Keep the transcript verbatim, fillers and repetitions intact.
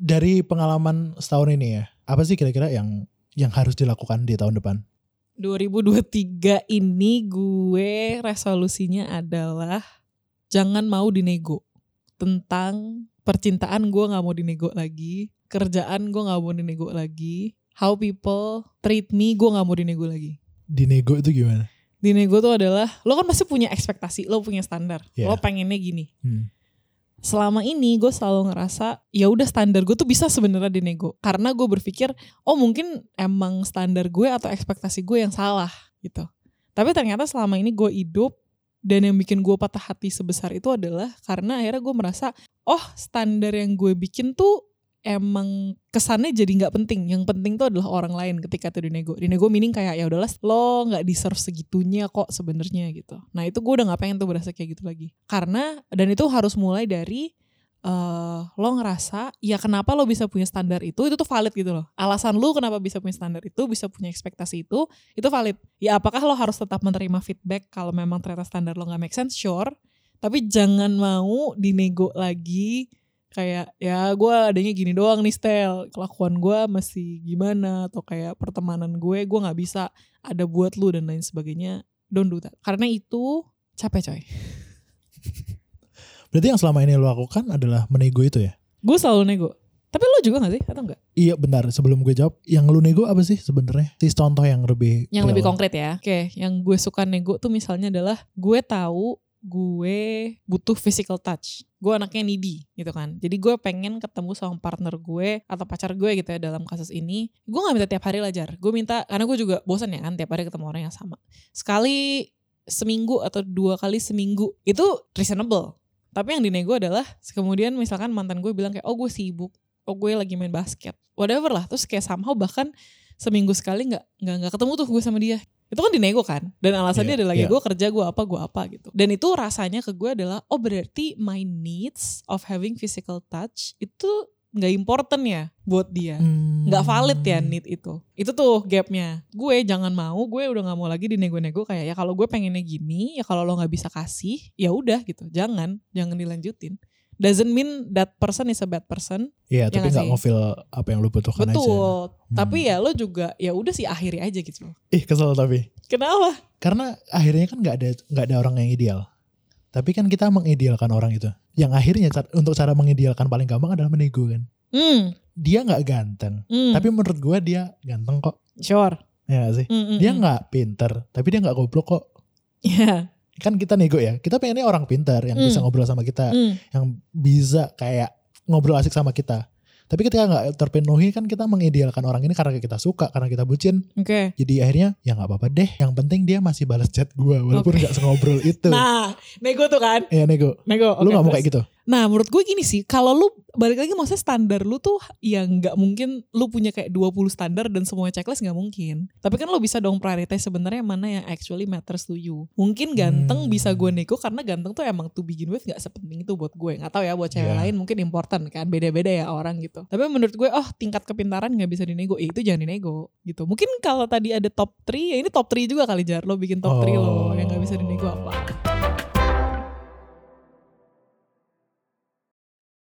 Dari pengalaman setahun ini ya, apa sih kira-kira yang yang harus dilakukan di tahun depan? dua ribu dua puluh tiga ini gue resolusinya adalah jangan mau dinego. Tentang percintaan gue gak mau dinego lagi, kerjaan gue gak mau dinego lagi, how people treat me gue gak mau dinego lagi. Dinego itu gimana? Dinego tuh adalah, lo kan pasti punya ekspektasi, lo punya standar, yeah. Lo pengennya gini. Hmm. Selama ini gue selalu ngerasa ya udah standar gue tuh bisa sebenarnya dinego karena gue berpikir oh mungkin emang standar gue atau ekspektasi gue yang salah gitu. Tapi ternyata selama ini gue hidup dan yang bikin gue patah hati sebesar itu adalah karena akhirnya gue merasa oh standar yang gue bikin tuh emang kesannya jadi nggak penting. Yang penting tuh adalah orang lain ketika itu dinego. Dinego meaning kayak ya udahlah lo nggak deserve segitunya kok sebenarnya gitu. Nah itu gue udah nggak pengen tuh berasa kayak gitu lagi. Karena dan itu harus mulai dari uh, lo ngerasa ya kenapa lo bisa punya standar itu itu tuh valid gitu loh. Alasan lo kenapa bisa punya standar itu, bisa punya ekspektasi itu itu valid. Ya apakah lo harus tetap menerima feedback kalau memang ternyata standar lo nggak make sense? Sure. Tapi jangan mau dinego lagi. Kayak ya gue adanya gini doang nih style, kelakuan gue masih gimana atau kayak pertemanan gue gue nggak bisa ada buat lu dan lain sebagainya. Don't do that. Karena itu capek coy. Berarti yang selama ini lo lakukan adalah menego itu ya? Gue selalu nego. Tapi lo juga nggak sih atau enggak? Iya benar. Sebelum gue jawab, yang lo nego apa sih sebenarnya? Si contoh yang lebih yang lebih konkret ya. Oke, yang gue suka nego tuh misalnya adalah gue tahu gue butuh physical touch. Gue anaknya needy gitu kan. Jadi gue pengen ketemu sama partner gue atau pacar gue gitu ya dalam kasus ini. Gue gak minta tiap hari lah Jar. Gue minta, karena gue juga bosan ya kan tiap hari ketemu orang yang sama. Sekali seminggu atau dua kali seminggu itu reasonable. Tapi yang dinego adalah kemudian misalkan mantan gue bilang kayak oh gue sibuk, oh gue lagi main basket, whatever lah. Terus kayak somehow bahkan seminggu sekali gak, gak, gak ketemu tuh gue sama dia. Itu kan dinego kan. Dan alasannya yeah, adalah yeah. ya gue kerja, gue apa, gue apa gitu. Dan itu rasanya ke gue adalah oh berarti my needs of having physical touch itu gak important ya buat dia. Hmm. Gak valid ya need itu. Itu tuh gapnya. Gue jangan mau, gue udah gak mau lagi dinego-nego kayak ya kalau gue pengennya gini, ya kalau lo gak bisa kasih, ya udah gitu. Jangan, jangan dilanjutin. Doesn't mean that person is a bad person. Iya, ya tapi nggak ngefeel apa yang lu butuhkan aja. Betul. Hmm. Tapi ya lo juga ya udah sih akhiri aja gitu. Ih kesel tapi. Kenapa? Karena akhirnya kan nggak ada nggak ada orang yang ideal. Tapi kan kita mengidealkan orang itu. Yang akhirnya untuk cara mengidealkan paling gampang adalah menego kan. Hmm. Dia nggak ganteng, hmm. tapi menurut gue dia ganteng kok. Sure. Ya gak sih. Hmm, hmm, dia nggak pinter, tapi dia nggak goblok kok. Iya. Yeah. Kan kita nego ya, kita pengennya orang pintar yang mm. bisa ngobrol sama kita, mm. yang bisa kayak ngobrol asik sama kita. Tapi ketika gak terpenuhi kan kita mengidealkan orang ini karena kita suka, karena kita bucin. Okay. Jadi akhirnya ya gak apa-apa deh, yang penting dia masih balas chat gue walaupun okay. gak sengobrol itu. Nah nego tuh kan. Iya nego. Nego. Lu okay, gak mau kayak gitu? Nah menurut gue gini sih, kalau lu balik lagi maksudnya standar lu tuh yang gak mungkin lu punya kayak dua puluh standar dan semua checklist gak mungkin. Tapi kan lu bisa dong prioritize sebenarnya mana yang actually matters to you. Mungkin ganteng hmm. bisa gue nego karena ganteng tuh emang to begin with gak sepenting itu buat gue. Gak tahu ya buat cewek yeah. lain mungkin important kan, beda-beda ya orang gitu. Tapi menurut gue oh tingkat kepintaran gak bisa dinego, ya itu jangan dinego gitu. Mungkin kalau tadi ada top tiga ya ini top tiga juga kali Jar. Lo bikin top tiga oh. lo yang gak bisa dinego apa.